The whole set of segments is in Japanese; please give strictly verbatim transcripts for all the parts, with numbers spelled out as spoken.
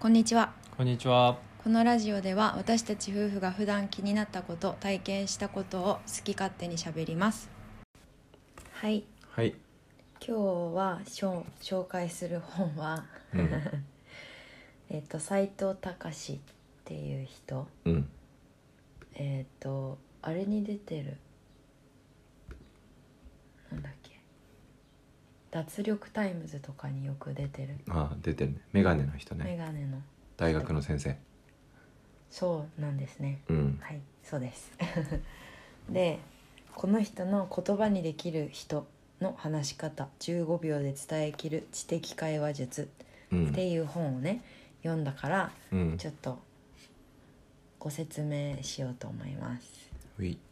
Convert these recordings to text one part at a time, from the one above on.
こんにちは。 こんにちは。 このラジオでは私たち夫婦が普段気になったこと、体験したことを好き勝手にしゃべります。はい、 はい。 今日はしょ紹介する本は、うん、えっと斎藤隆っていう人、 うん、 えっとあれに出てるなんだっけ、脱力タイムズとかによく出てる。 ああ、出てるね。メガネの人ね。 メガネの大学の先生。 そうなんですね。 うん。 はい、そうですで、この人の言葉にできる人の話し方じゅうごびょうで伝えきる知的会話術っていう本をね、読んだから、うん、ちょっとご説明しようと思います。 うい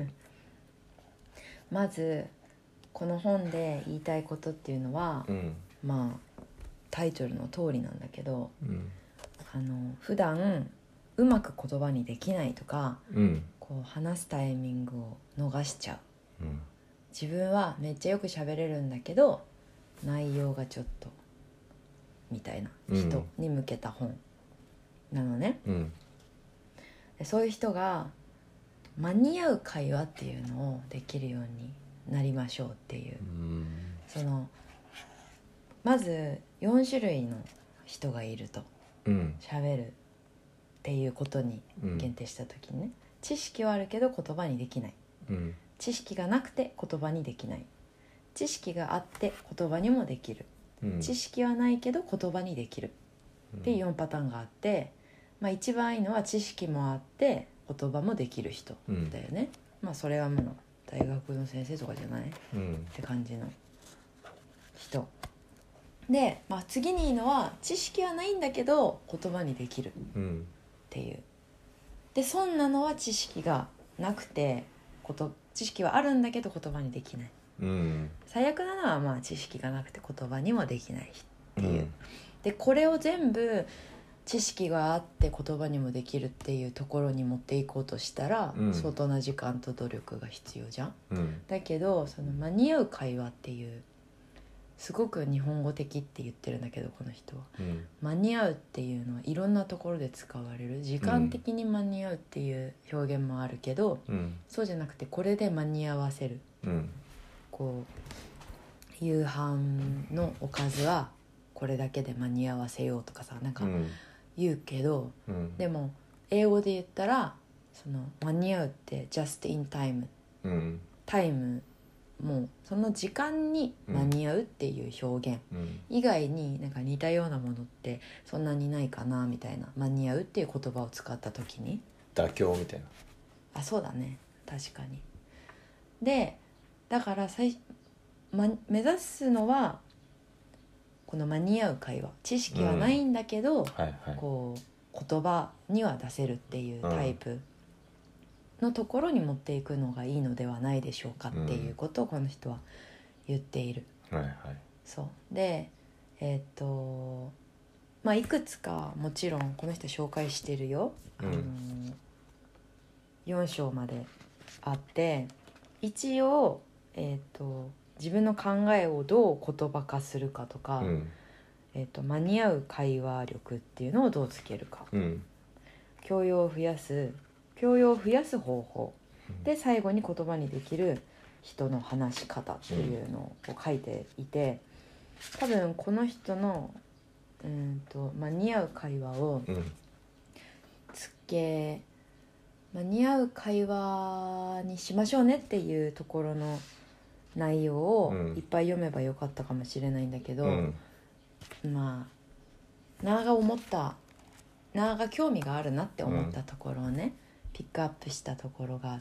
まずこの本で言いたいことっていうのは、うん、まあタイトルの通りなんだけど、うん、あの普段うまく言葉にできないとか、うん、こう話すタイミングを逃しちゃう、うん、自分はめっちゃよく喋れるんだけど内容がちょっとみたいな人に向けた本なのね、うん、でそういう人が間に合う会話っていうのをできるようになりましょうっていう、うん、そのまずよん種類の人がいると、うん、喋るっていうことに限定した時にね、うん、知識はあるけど言葉にできない、うん、知識がなくて言葉にできない、知識があって言葉にもできる、うん、知識はないけど言葉にできるっていうよんパターンがあって、まあ、一番いいのは知識もあって言葉もできる人だよね、うん、まあそれはもう大学の先生とかじゃない、うん、って感じの人で、まあ、次にいいのは知識はないんだけど言葉にできる、うんっていう。でそんなのは知識がなくてこと知識はあるんだけど言葉にできない、うん、最悪なのはまあ知識がなくて言葉にもできないっていう、うん、でこれを全部知識があって言葉にもできるっていうところに持っていこうとしたら、うん、相当な時間と努力が必要じゃん、うん、だけどその間に合う会話っていうすごく日本語的って言ってるんだけどこの人は、うん、間に合うっていうのはいろんなところで使われる。時間的に間に合うっていう表現もあるけど、うん、そうじゃなくてこれで間に合わせる、うん、こう夕飯のおかずはこれだけで間に合わせようとかさなんか言うけど、うん、でも英語で言ったらその間に合うって just in time、うん、タイムもうその時間に間に合うっていう表現、うん、以外になんか似たようなものってそんなにないかなみたいな。間に合うっていう言葉を使った時に妥協みたいな。 あ、そうだね、確かに。でだから最、ま、目指すのはこの間に合う会話、知識はないんだけど、うんはいはい、こう言葉には出せるっていうタイプ、うんのところに持っていくのがいいのではないでしょうかっていうことをこの人は言っている、うんはいはい、そうでえー、っとまあいくつかもちろんこの人紹介してるよ、うん、あのよん章まであって一応、えー、っと自分の考えをどう言葉化するかとか、うんえー、っと間に合う会話力っていうのをどうつけるか、うん、教養を増やす教養を増やす方法で最後に言葉にできる人の話し方っていうのを書いていて、多分この人のうんと間に合う会話をつけ間に合う会話にしましょうねっていうところの内容をいっぱい読めばよかったかもしれないんだけど、うん、まあなあが思ったなあが興味があるなって思ったところをね、うんピックアップしたところがあって、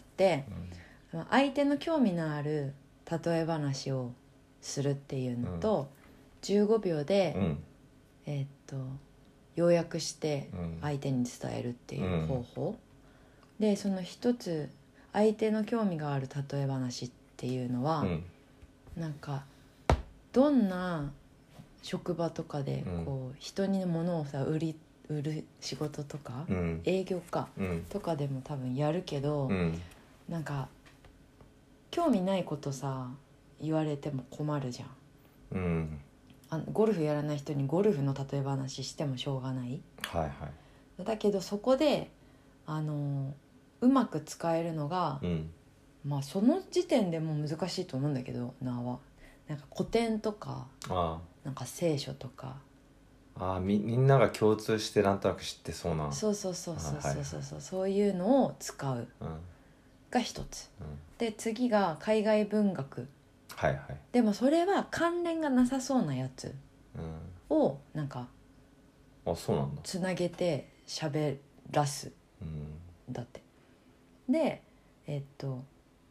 うん、相手の興味のある例え話をするっていうのと、うん、じゅうごびょうで、うんえー、っと要約して相手に伝えるっていう方法、うん、でその一つ相手の興味がある例え話っていうのは、うん、なんかどんな職場とかでこう、人に物をさ売り売る仕事とか、うん、営業か、うん、とかでも多分やるけど、うん、なんか興味ないことさ言われても困るじゃん、うん、 あゴルフやらない人にゴルフの例え話してもしょうがない、 はいはい、 だけどそこであのうまく使えるのが、 うん、 まあその時点でもう難しいと思うんだけど、なはなんか古典とかあなんか聖書とか、 ああ み, みんなが共通してなんとなく知ってそうな、 そうそうそうそうそうそうそう、 はいはい、 そういうのを使ううんが一つ、 うん、 で次が海外文学、 はいはい、 でもそれは関連がなさそうなやつをなんかうん、あそうなんだ、 つなげて喋らす、 うん、 だって。でえっと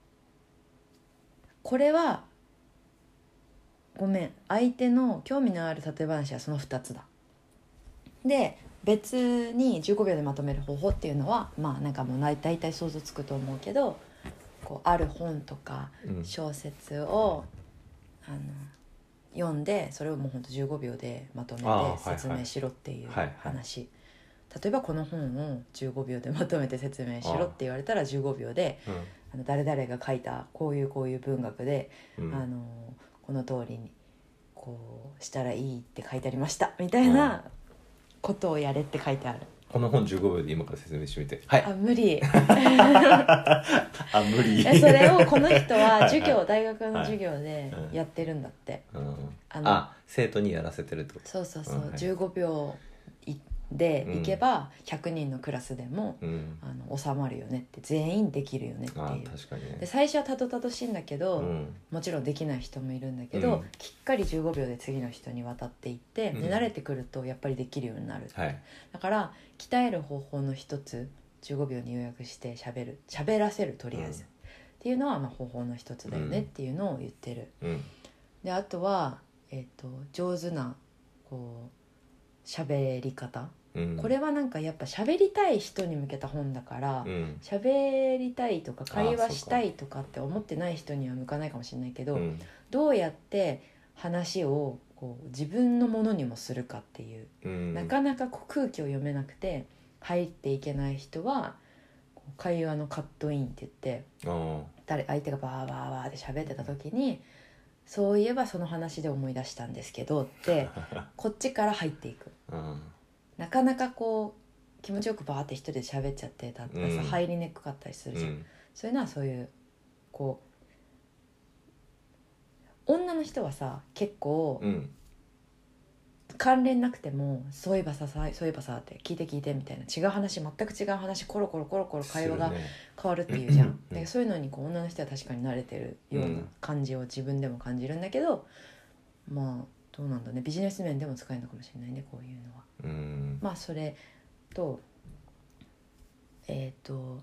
これはごめん、相手の興味のある例え話はそのふたつだ。で別にじゅうごびょうでまとめる方法っていうのはまあなんかもう大体想像つくと思うけど、こうある本とか小説を、うん、あの読んでそれをもうほんとじゅうごびょうでまとめて説明しろっていう話、はいはい、例えばこの本をじゅうごびょうでまとめて説明しろって言われたらじゅうごびょうで、うん、あの誰々が書いたこういうこういう文学で、うん、あのこの通りにこうしたらいいって書いてありましたみたいなことをやれって書いてある。 この本じゅうごびょうで今から説明してみて、はい、 あ無理あ無理それをこの人は授業、はい、大学の授業でやってるんだって、 はい、うん、あのあ生徒にやらせてるってこと。 そうそうそう、 うんはい、 じゅうごびょうで行けばひゃくにんのクラスでも、うん、あの収まるよねって、全員できるよねっていう。あ確かにね、 で最初はたどたどしいんだけど、うん、もちろんできない人もいるんだけど、うん、きっかりじゅうごびょうで次の人に渡っていって、うん、で慣れてくるとやっぱりできるようになる、はい、だから鍛える方法の一つ、じゅうごびょうに要約して喋る、喋らせるとりあえず、うん、っていうのはまあ方法の一つだよねっていうのを言ってる、うん、であとは、えーと、上手なこう喋り方、うん、これはなんかやっぱ喋りたい人に向けた本だから喋、うん、りたいとか会話したいとかって思ってない人には向かないかもしれないけど、うん、どうやって話をこう自分のものにもするかっていう、うん、なかなかこう空気を読めなくて入っていけない人は会話のカットインって言って誰相手がバーバーバーって喋ってた時に、そういえばその話で思い出したんですけどってこっちから入っていく、うんなかなかこう気持ちよくバーって一人で喋っちゃってたってさ、うん、入りにくかったりするじゃん、うん、そういうのはそういうこう女の人はさ結構、うん、関連なくてもそういえばさそういえばさって聞いて聞いてみたいな違う話全く違う話コロコロコロコロ会話が変わるっていうじゃん、ね、でそういうのにこう女の人は確かに慣れてるような感じを自分でも感じるんだけど、まあどうなんだね、ビジネス面でも使えるのかもしれないねこういうのは。うんまあそれとえっ、ー、と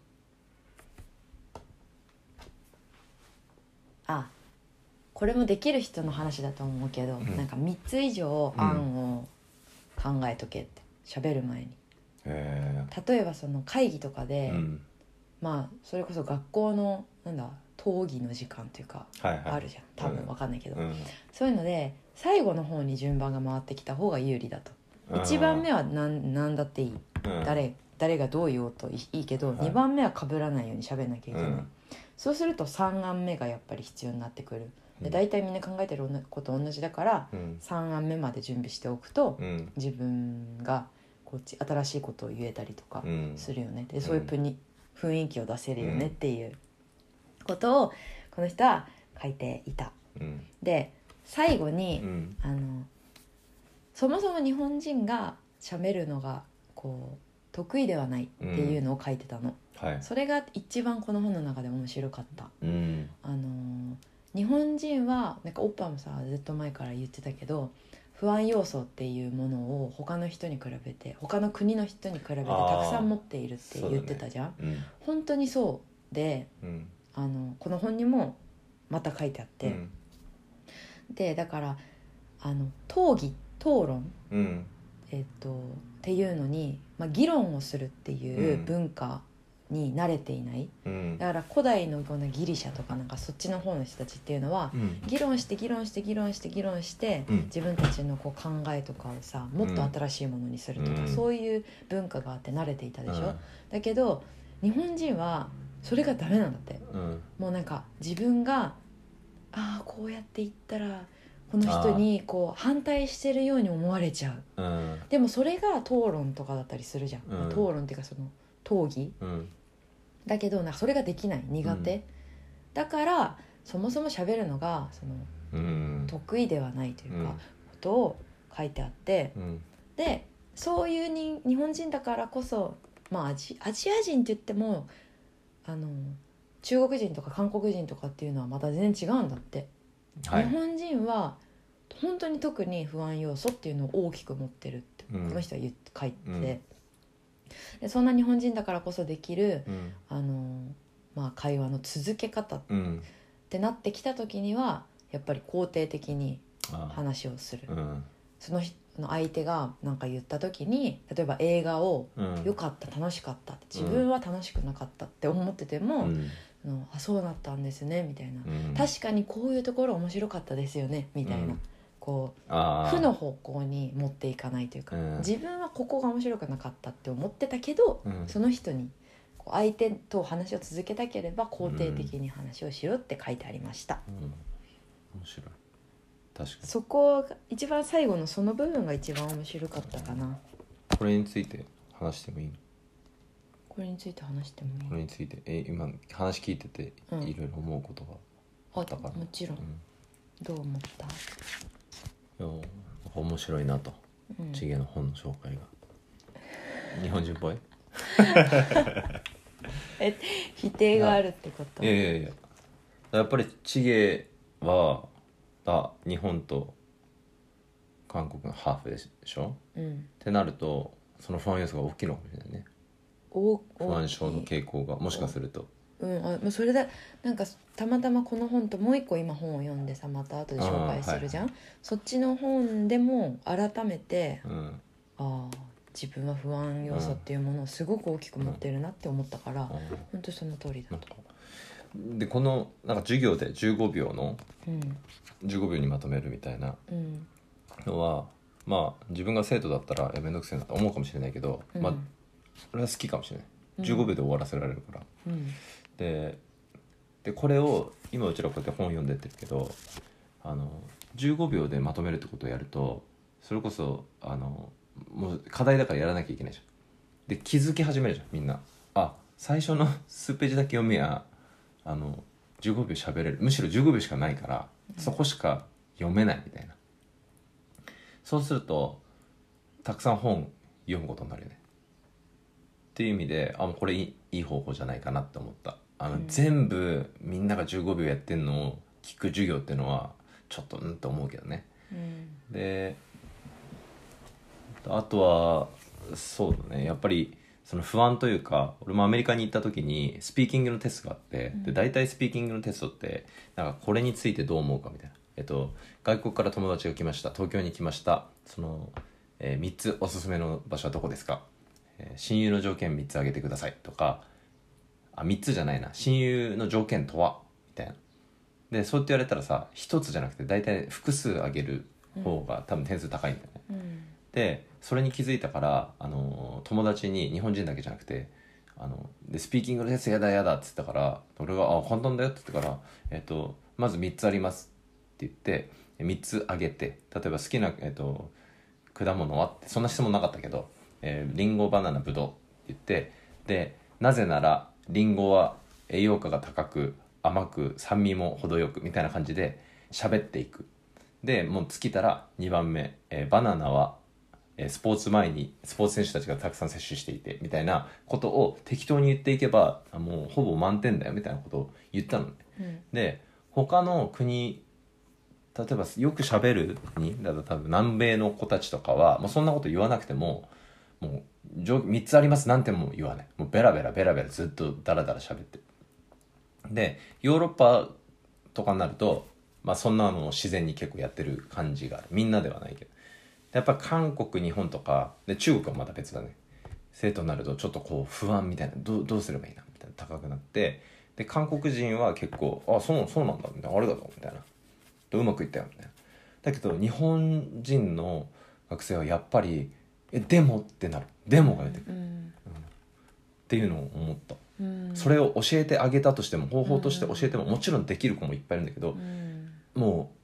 あこれもできる人の話だと思うけど、うん、なんかみっつ以上案を考えとけって喋る前に、へー、例えばその会議とかで、うん、まあそれこそ学校のなんだ討議の時間っていうか、はいはい、あるじゃん多分わかんないけど、うん、そういうので最後の方に順番が回ってきた方が有利だと。いちばんめは何、何だっていい、うん、誰, 誰がどう言おうといいけど、はい、にばんめは被らないように喋んなきゃいけない、うん、そうするとさん案目がやっぱり必要になってくる。で大体みんな考えてること同じだから、うん、さん案目まで準備しておくと、うん、自分がこっち新しいことを言えたりとかするよね、うん、でそういうプニ、雰囲気を出せるよねっていうことをこの人は書いていた、うん、で最後に、うん、あのそもそも日本人が喋るのがこう得意ではないっていうのを書いてたの、うんはい、それが一番この本の中で面白かった、うん、あの日本人はなんかオッパーもさずっと前から言ってたけど不安要素っていうものを他の人に比べて他の国の人に比べてたくさん持っているって言ってたじゃん、ねうん、本当にそうで、うん、あのこの本にもまた書いてあって、うん、でだからあの討議討論、うんえー、とっていうのに、まあ、議論をするっていう文化に慣れていない、うん、だから古代のギリシャとかなんかそっちの方の人たちっていうのは、うん、議論して議論して議論して議論して、うん、自分たちのこう考えとかをさもっと新しいものにするとか、うん、そういう文化があって慣れていたでしょ、うん、だけど日本人はそれがダメなんだって、うん、もうなんか自分がああこうやって言ったらこの人にこう反対してるように思われちゃう、うん、でもそれが討論とかだったりするじゃん、うん、討論っていうかその討議、うん、だけどなんかそれができない苦手、うん、だからそもそも喋るのがその、うん、得意ではないというか、うん、ことを書いてあって、うん、でそういうに日本人だからこそ、まあ、アジ、アジア人って言ってもあの中国人とか韓国人とかっていうのはまた全然違うんだって、はい、日本人は本当に特に不安要素っていうのを大きく持ってるって、うん、この人は言って書いて、うん、でそんな日本人だからこそできる、うん、あのまあ、会話の続け方ってなってきた時にはやっぱり肯定的に話をする、うん、その相手が何か言った時に例えば映画を良かった楽しかったって自分は楽しくなかったって思ってても、うんあそうだったんですねみたいな、うん、確かにこういうところ面白かったですよねみたいな、うん、こう負の方向に持っていかないというか、うん、自分はここが面白くなかったって思ってたけど、うん、その人にこう相手と話を続けたければ肯定的に話をしろって書いてありました、 うん、面白い。確かにそこが一番最後のその部分が一番面白かったかな。 これについて話してもいいの？ これについて話してもいい？ これについてえ今話聞いてていろいろ思うことがあったから、 うん、あもちろん、うん、どう思った？ いや面白いなと、うん、チゲの本の紹介が日本人っぽいえ否定があるってこと？ いやいやいややっぱりチゲはあ日本と韓国のハーフでしょ、うん、ってなるとその不安要素が大きいのかもしれないね。不安症の傾向がもしかすると、 うん、あそれでなんかたまたまこの本ともう一個今本を読んでさまた後で紹介するじゃん、はい、そっちの本でも改めて、うん、あ自分は不安要素っていうものをすごく大きく持ってるなって思ったから、うん、本当その通りだと。 でこのなんか授業でじゅうごびょうの、うん、じゅうごびょうにまとめるみたいなのは、うん、まあ自分が生徒だったらめんどくせえなと思うかもしれないけど、うん、まあ俺は好きかもしれない。じゅうごびょうで終わらせられるから、うん、で, でこれを今うちらこうやって本読んでってるけどあのじゅうごびょうでまとめるってことをやるとそれこそあのもう課題だからやらなきゃいけないじゃん。で気づき始めるじゃんみんな。あ最初の数ページだけ読めやあのじゅうごびょう喋れる。むしろじゅうごびょうしかないから、うん、そこしか読めないみたいな。そうするとたくさん本読むことになるよねっていう意味であもうこれいい、いい方法じゃないかなって思った。あの、うん、全部みんながじゅうごびょうやってんのを聞く授業っていうのはちょっとうんと思うけどね、うん、であとはそうだねやっぱりその不安というか俺もアメリカに行った時にスピーキングのテストがあって、うん、で大体スピーキングのテストってなんかこれについてどう思うかみたいな、えっと、外国から友達が来ました東京に来ましたその、えー、みっつおすすめの場所はどこですか、えー、親友の条件みっつ挙げてくださいとかあみっつじゃないな親友の条件とはみたいなでそうやって言われたらさひとつじゃなくて大体複数挙げる方が多分点数高いんだよね、うん、でそれに気づいたから、あの友達に日本人だけじゃなくてあのでスピーキングのテストやだやだって言ったから俺があ簡単だよって言ったから、えっと、まずみっつありますって言ってみっつ挙げて例えば好きな、えっと、果物はってそんな質問なかったけど、えー、リンゴバナナブドウって言ってでなぜならリンゴは栄養価が高く甘く酸味も程よくみたいな感じで喋っていく。でもう尽きたらにばんめ、えー、バナナはスポーツ前にスポーツ選手たちがたくさん摂取していてみたいなことを適当に言っていけばもうほぼ満点だよみたいなことを言ったのね、うん、で他の国例えばよく喋るにだと多分南米の子たちとかはもうそんなこと言わなくてももうみっつありますなんても言わないもうベラベラベラベラずっとダラダラ喋ってでヨーロッパとかになると、まあ、そんなのを自然に結構やってる感じがあるみんなではないけどやっぱ韓国日本とかで中国はまた別だね生徒になるとちょっとこう不安みたいな ど, どうすればいいなみたいな高くなってで韓国人は結構あそうそうなんだみたいなあれだぞみたいなうまくいったよみたいなだけど日本人の学生はやっぱりえでもってなるでもが出てくる、うんうん、っていうのを思った、うん、それを教えてあげたとしても方法として教えてももちろんできる子もいっぱいいるんだけど、うん、もう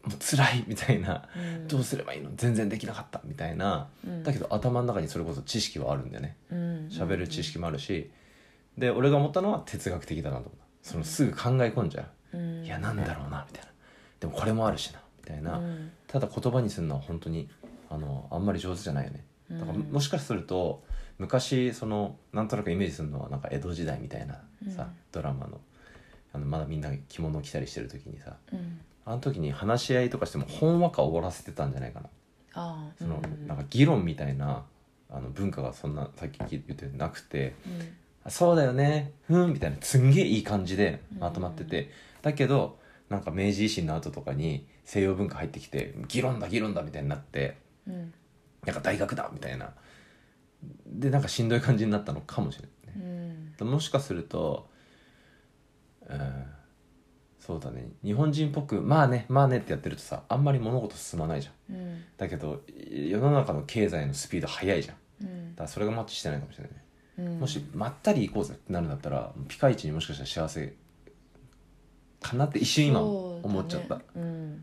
もう辛いみたいな、 うん、 どうすればいいの全然できなかったみたいな、うん、だけど頭の中にそれこそ知識はあるんだよね。喋、うん、る知識もあるし、で俺が思ったのは哲学的だなと思った。そのすぐ考え込んじゃう、うん、いやなんだろうなみたいな、でもこれもあるしなみたいな、うん、ただ言葉にするのは本当にあのあんまり上手じゃないよね。だからもしかすると昔そのなんとなくイメージするのはなんか江戸時代みたいなさ、うん、ドラマのあのまだみんな着物着たりしてる時にさ、うん、あの時に話し合いとかしてもほんわか終わらせてたんじゃないかな。あその、うん、なんか議論みたいなあの文化がそんなさっき言ってなくて、うん、そうだよねふんみたいなすんげえいい感じでまとまってて、うん、だけどなんか明治維新の後とかに西洋文化入ってきて議論だ議論だみたいになって、うん、なんか大学だみたいなでなんかしんどい感じになったのかもしれないね、うん、もしかすると、うん、そうだね日本人っぽくまあねまあねってやってるとさあんまり物事進まないじゃん、うん、だけど世の中の経済のスピード速いじゃん、うん、だからそれがマッチしてないかもしれないね、うん、もしまったり行こうぜってなるんだったらピカイチにもしかしたら幸せかなって一瞬今思っちゃった、ねうん、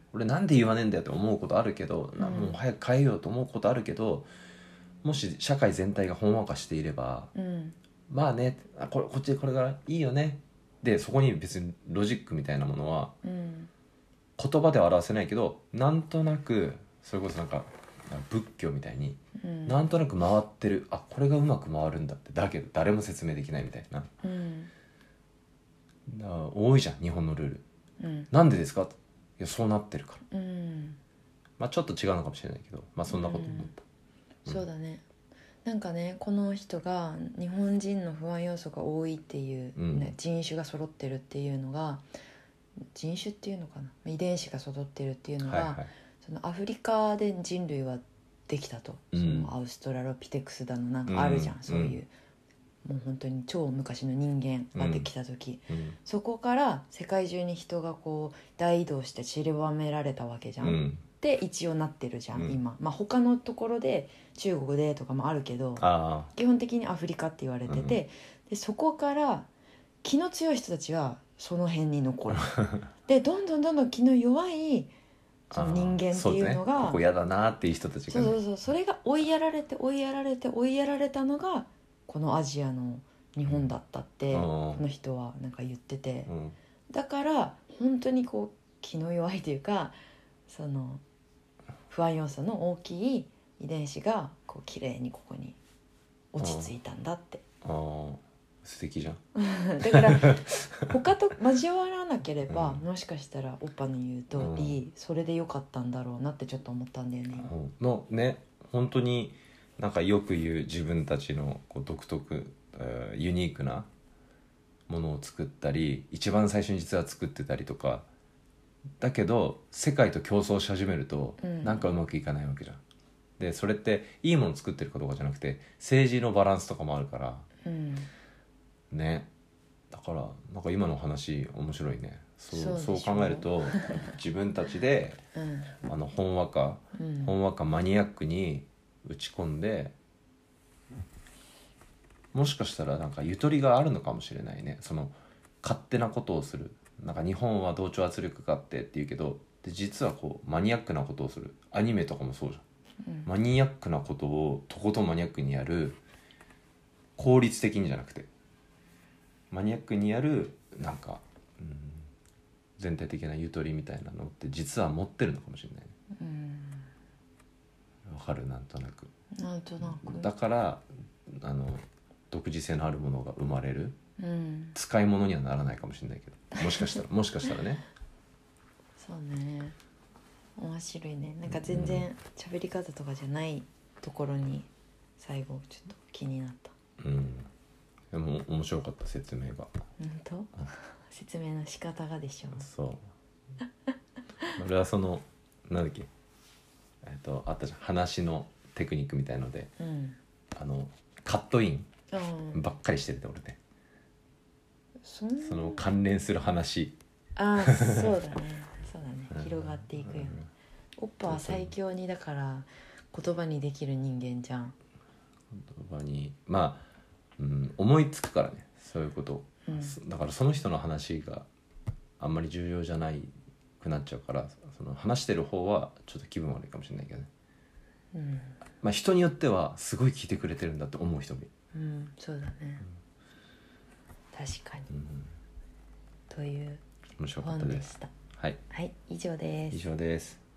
俺なんで言わねえんだよって思うことあるけど、うん、もう早く変えようと思うことあるけどもし社会全体がほんわかしていれば、うん、まあねあこれこっちでこれがいいよねでそこに別にロジックみたいなものは、うん、言葉では表せないけどなんとなくそれこそなんか仏教みたいに、うん、なんとなく回ってるあこれがうまく回るんだってだけど誰も説明できないみたいな、うん、だ多いじゃん日本のルール、うん、なんでですかいやそうなってるから、うんまあ、ちょっと違うのかもしれないけどまあそんなこと思った、 うん、そうだねなんかねこの人が日本人の不安要素が多いっていう、ねうん、人種が揃ってるっていうのが人種っていうのかな遺伝子が揃ってるっていうのが、はいはい、そのアフリカで人類はできたと、うん、そのアウストラロピテクスだのなんかあるじゃん、うん、そういう、うん、もう本当に超昔の人間ができた時、うん、そこから世界中に人がこう大移動して散りばめられたわけじゃん、うんで一応なってるじゃん、うん、今、まあ、他のところで中国でとかもあるけど基本的にアフリカって言われてて、うん、でそこから気の強い人たちはその辺に残るでどんどんどんどん気の弱いその人間っていうのが、 ね、ここ嫌だなっていう人たちが、 ね、そうそうそうそれが追いやられて追いやられて追いやられたのがこのアジアの日本だったって、うん、この人はなんか言ってて、うん、だから本当にこう気の弱いというかその不安要素の大きい遺伝子がこう綺麗にここに落ち着いたんだって。 ああ素敵じゃんだから他と交わらなければ、うん、もしかしたらオッパの言う通り、うん、それでよかったんだろうなってちょっと思ったんだよね。 のね本当になんかよく言う自分たちのこう独特、えー、ユニークなものを作ったり一番最初に実は作ってたりとかだけど世界と競争し始めるとなんかうまくいかないわけじゃん、うん、でそれっていいものを作ってるかどうかじゃなくて政治のバランスとかもあるから、うん、ねだからなんか今の話面白いね。そう、そう考えると自分たちで、うん、あのほんわか、うん、ほんわかマニアックに打ち込んでもしかしたらなんかゆとりがあるのかもしれないね。その勝手なことをするなんか日本は同調圧力があってっていうけどで実はこうマニアックなことをするアニメとかもそうじゃん、うん、マニアックなことをとことんマニアックにやる効率的にじゃなくてマニアックにやるなんか、うん、全体的なゆとりみたいなのって実は持ってるのかもしれない、ね、うん、わかるなんとなくなんとなくだからあの独自性のあるものが生まれる、うん、使い物にはならないかもしれないけどもしかしたらもしかしたらねそうね面白いねなんか全然喋り方とかじゃないところに最後ちょっと気になった。 うんでも面白かった説明が。 本当説明の仕方がでしょう。 そう俺はそのなんだっけえっとあったじゃん話のテクニックみたいので、うん、あのカットインばっかりしてるって俺ね、そ, その関連する話ああそうだねそうだね広がっていくよね、うん、おっぱは最強にだから言葉にできる人間じゃん。 言葉にまあ、うん、思いつくからねそういうこと、うん、だからその人の話があんまり重要じゃないくなっちゃうから、その話してる方はちょっと気分悪いかもしれないけどね、 うんまあ、人によってはすごい聞いてくれてるんだって思う人もいる、 うんそうだね、うん、確かに、うん、という面白かったです。 本でした。 はい、 はい、以上です。 以上です。